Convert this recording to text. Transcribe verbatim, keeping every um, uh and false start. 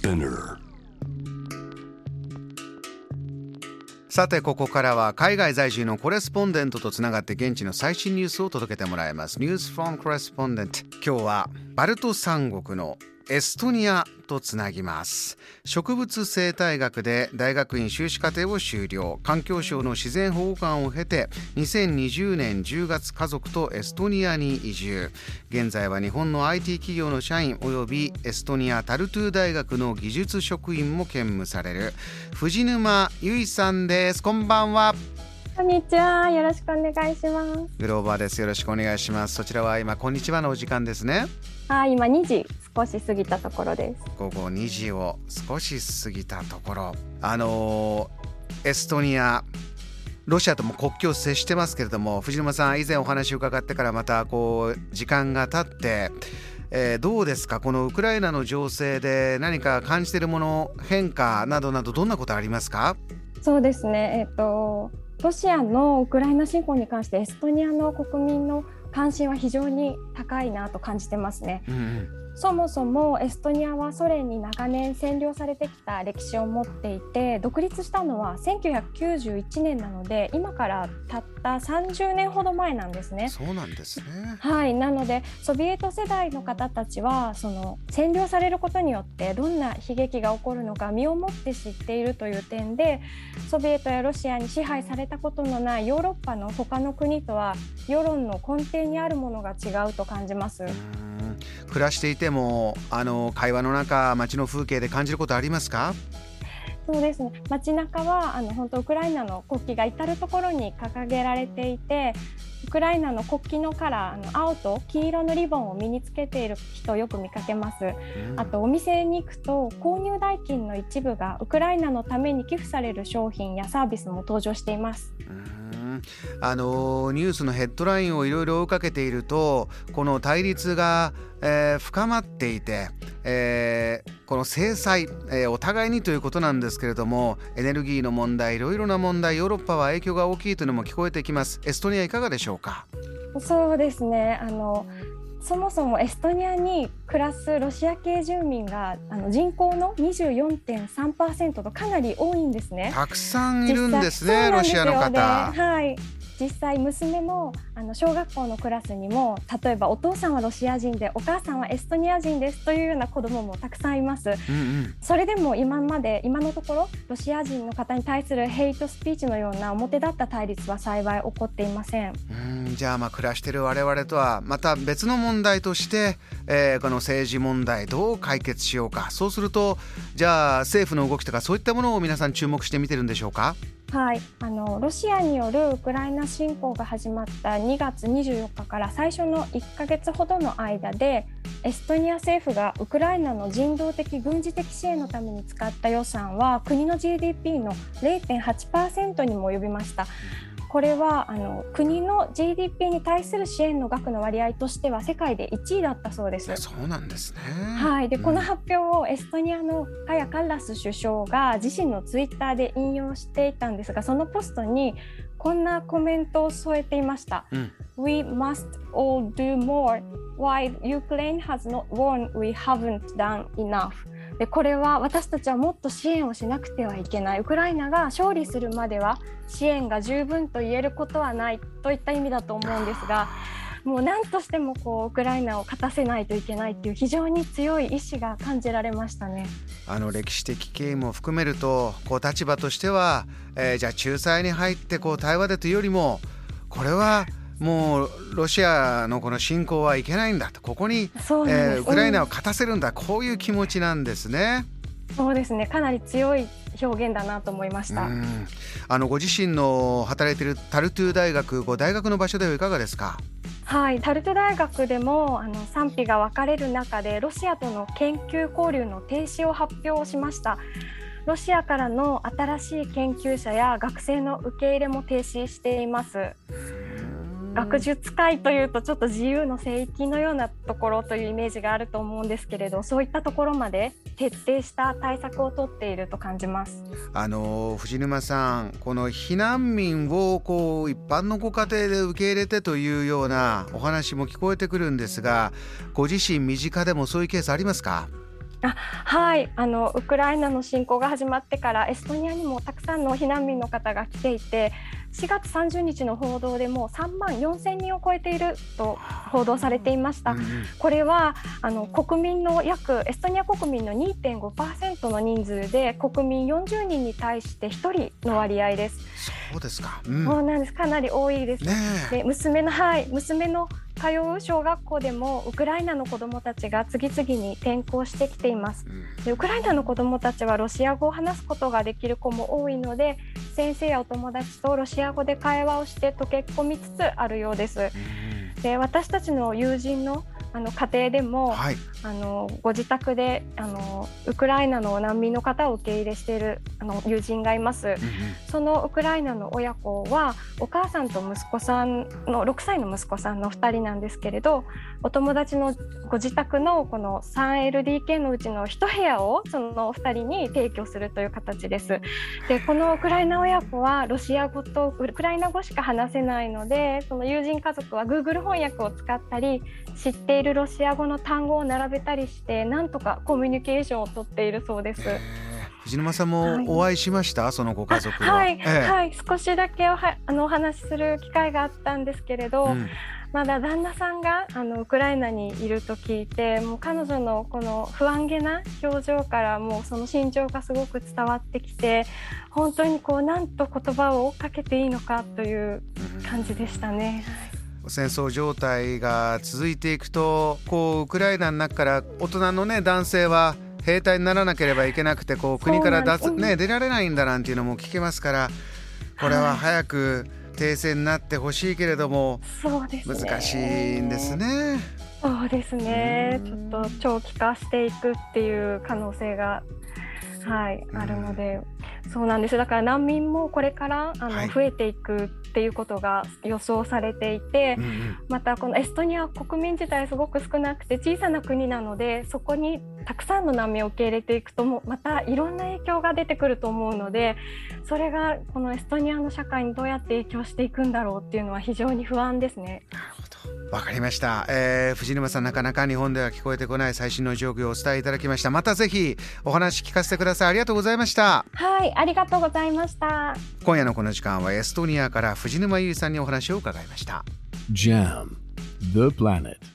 Spinner。 さてここからは海外在住のコレスポンデントとつながって現地の最新ニュースを届けてもらいます。ニュースフォンコレスポンデント。今日はバルト三国のエストニアとつなぎます。植物生態学で大学院修士課程を修了。環境省の自然保護官を経てにせんにじゅうねんじゅうがつ家族とエストニアに移住。現在は日本の アイティー 企業の社員およびエストニアタルトゥ大学の技術職員も兼務される藤沼由衣さんです。こんばんは。 こんにちは、よろしくお願いします。 グローバーです。よろしくお願いします。そちらは今こんにちはのお時間ですね。 あ、今にじ少し過ぎたところです。 午後にじを少し過ぎたところ、あのー、エストニアロシアとも国境を接してますけれども、藤沼さん以前お話を伺ってからまたこう時間が経って、えー、どうですか、このウクライナの情勢で何か感じているもの、変化などなどどんなことありますか？ そうですね、えっとロシアのウクライナ侵攻に関してエストニアの国民の関心は非常に高いなと感じてますね。うんうん、そもそもエストニアはソ連に長年占領されてきた歴史を持っていて、独立したのはせんきゅうひゃくきゅうじゅういちねんなので今からたったさんじゅうねんほど前なんですね。 そうなんですね。 はい、なのでソビエト世代の方たちはその占領されることによってどんな悲劇が起こるのか身をもって知っているという点で、ソビエトやロシアに支配されたことのないヨーロッパの他の国とは世論の根底にあるものが違うと感じます。 うーん、暮らしていてもあの会話の中、街の風景で感じることありますか？ そうですね、街中はあの本当ウクライナの国旗が至るところに掲げられていて、ウクライナの国旗のカラー、あの青と黄色のリボンを身につけている人をよく見かけます。うん、あとお店に行くと購入代金の一部がウクライナのために寄付される商品やサービスも登場しています。 うん、あのニュースのヘッドラインをいろいろ追いかけていると、この対立が、えー、深まっていて、えー、この制裁、えー、お互いにということなんですけれども、エネルギーの問題、いろいろな問題、ヨーロッパは影響が大きいというのも聞こえてきます。エストニアいかがでしょうか？ そうですね、あのそもそもエストニアに暮らすロシア系住民があの人口の にじゅうよんてんさんパーセント とかなり多いんですね。 たくさんいるんですね、ロシアの方。 はい、実際娘の、あの小学校のクラスにも、例えばお父さんはロシア人でお母さんはエストニア人ですというような子どももたくさんいます。うんうん、それでも今まで今のところロシア人の方に対するヘイトスピーチのような表立った対立は幸い起こっていません。 うん、じゃあまあ暮らしている我々とはまた別の問題として、えー、この政治問題どう解決しようか。そうするとじゃあ政府の動きとかそういったものを皆さん注目して見てるんでしょうか？ はい、あのロシアによるウクライナ侵攻が始まったにがつにじゅうよっかから最初のいっかげつほどの間で、エストニア政府がウクライナの人道的軍事的支援のために使った予算は国の ジーディーピー の れいてんはちパーセント にも及びました。これはあの国の ジーディーピー に対する支援の額の割合としては世界でいちいだったそうです。 そうなんですね。 はい、で、 うん、 この発表をエストニアのカヤ・カッラス首相が自身のツイッターで引用していたんですが、そのポストにこんなコメントを添えていました。うん、We must all do more while Ukraine has not won, we haven't done enough。でこれは私たちはもっと支援をしなくてはいけない、ウクライナが勝利するまでは支援が十分と言えることはないといった意味だと思うんですが、もう何としてもこうウクライナを勝たせないといけないっていう非常に強い意志が感じられましたね。 あの歴史的経緯も含めるとこう立場としては、えー、じゃあ仲裁に入ってこう対話でというよりも、これはもうロシアのこの侵攻はいけないんだと、ここに、えー、ウクライナを勝たせるんだ、うん、こういう気持ちなんですね。 そうですね、かなり強い表現だなと思いました。 うん、あのご自身の働いているタルトゥ大学、ご大学の場所ではいかがですか？ はい、タルト大学でもあの賛否が分かれる中でロシアとの研究交流の停止を発表しました。ロシアからの新しい研究者や学生の受け入れも停止しています。学術界というとちょっと自由の聖域のようなところというイメージがあると思うんですけれど、そういったところまで徹底した対策を取っていると感じます。 あの藤沼さん、この避難民をこう一般のご家庭で受け入れてというようなお話も聞こえてくるんですが、ご自身身近でもそういうケースありますか？ あはい、あのウクライナの侵攻が始まってからエストニアにもたくさんの避難民の方が来ていて、しがつさんじゅうにちの報道でもさんまんよんせんにんを超えていると報道されていました。うんうん、これはあの国民の約エストニア国民の にてんごパーセント の人数で国民よんじゅうにんに対してひとりの割合です。 そうですか。うん、 そうなんです。かなり多いです。 ね、 で娘の、はい、娘の通う小学校でもウクライナの子どもたちが次々に転校してきています。でウクライナの子どもたちはロシア語を話すことができる子も多いので、先生やお友達とロシア語で会話をして溶け込みつつあるようです。で私たちの友人のあの家庭でも、はい、あのご自宅であのウクライナの難民の方を受け入れしているあの友人がいます。うんうん、そのウクライナの親子はお母さんと息子さんのろくさいの息子さんのふたりなんですけれど、お友達のご自宅のこの スリーエルディーケー のうちのいち部屋をそのふたりに提供するという形です。でこのウクライナ親子はロシア語とウクライナ語しか話せないので、その友人家族は Google 翻訳を使ったり、知っているロシア語の単語を並べたりしてなんとかコミュニケーションをとっているそうです。えー、 藤沼さんもお会いしました、はい、そのご家族は。 はい、えーはい、少しだけおはあのお話しする機会があったんですけれど、うん、まだ旦那さんがあのウクライナにいると聞いて、もう彼女のこの不安げな表情からもうその心情がすごく伝わってきて、本当にこうなんと言葉をかけていいのかという感じでしたね。うん、 戦争状態が続いていくと、こうウクライナの中から大人の、ね、男性は兵隊にならなければいけなくて、こう国から脱、ね、出られないんだなんていうのも聞けますから、これは早く停戦になってほしいけれども、 そうですね、 難しいんですね。 そうですね、ちょっと長期化していくっていう可能性が、はい、あるので、そうなんです。だから難民もこれからあの、はい、増えていくっていうことが予想されていて、うんうん、またこのエストニアは国民自体すごく少なくて小さな国なので、そこにたくさんの難民を受け入れていくともまたいろんな影響が出てくると思うので、それがこのエストニアの社会にどうやって影響していくんだろうっていうのは非常に不安ですね。 なるほど、わかりました。えー、藤沼さん、なかなか日本では聞こえてこない最新の状況をお伝えいただきました。またぜひお話聞かせてください。ありがとうございました。 はい、ありがとうございました。 今夜のこの時間はエストニアから藤沼優さんにお話を伺いました。 ジャム The Planet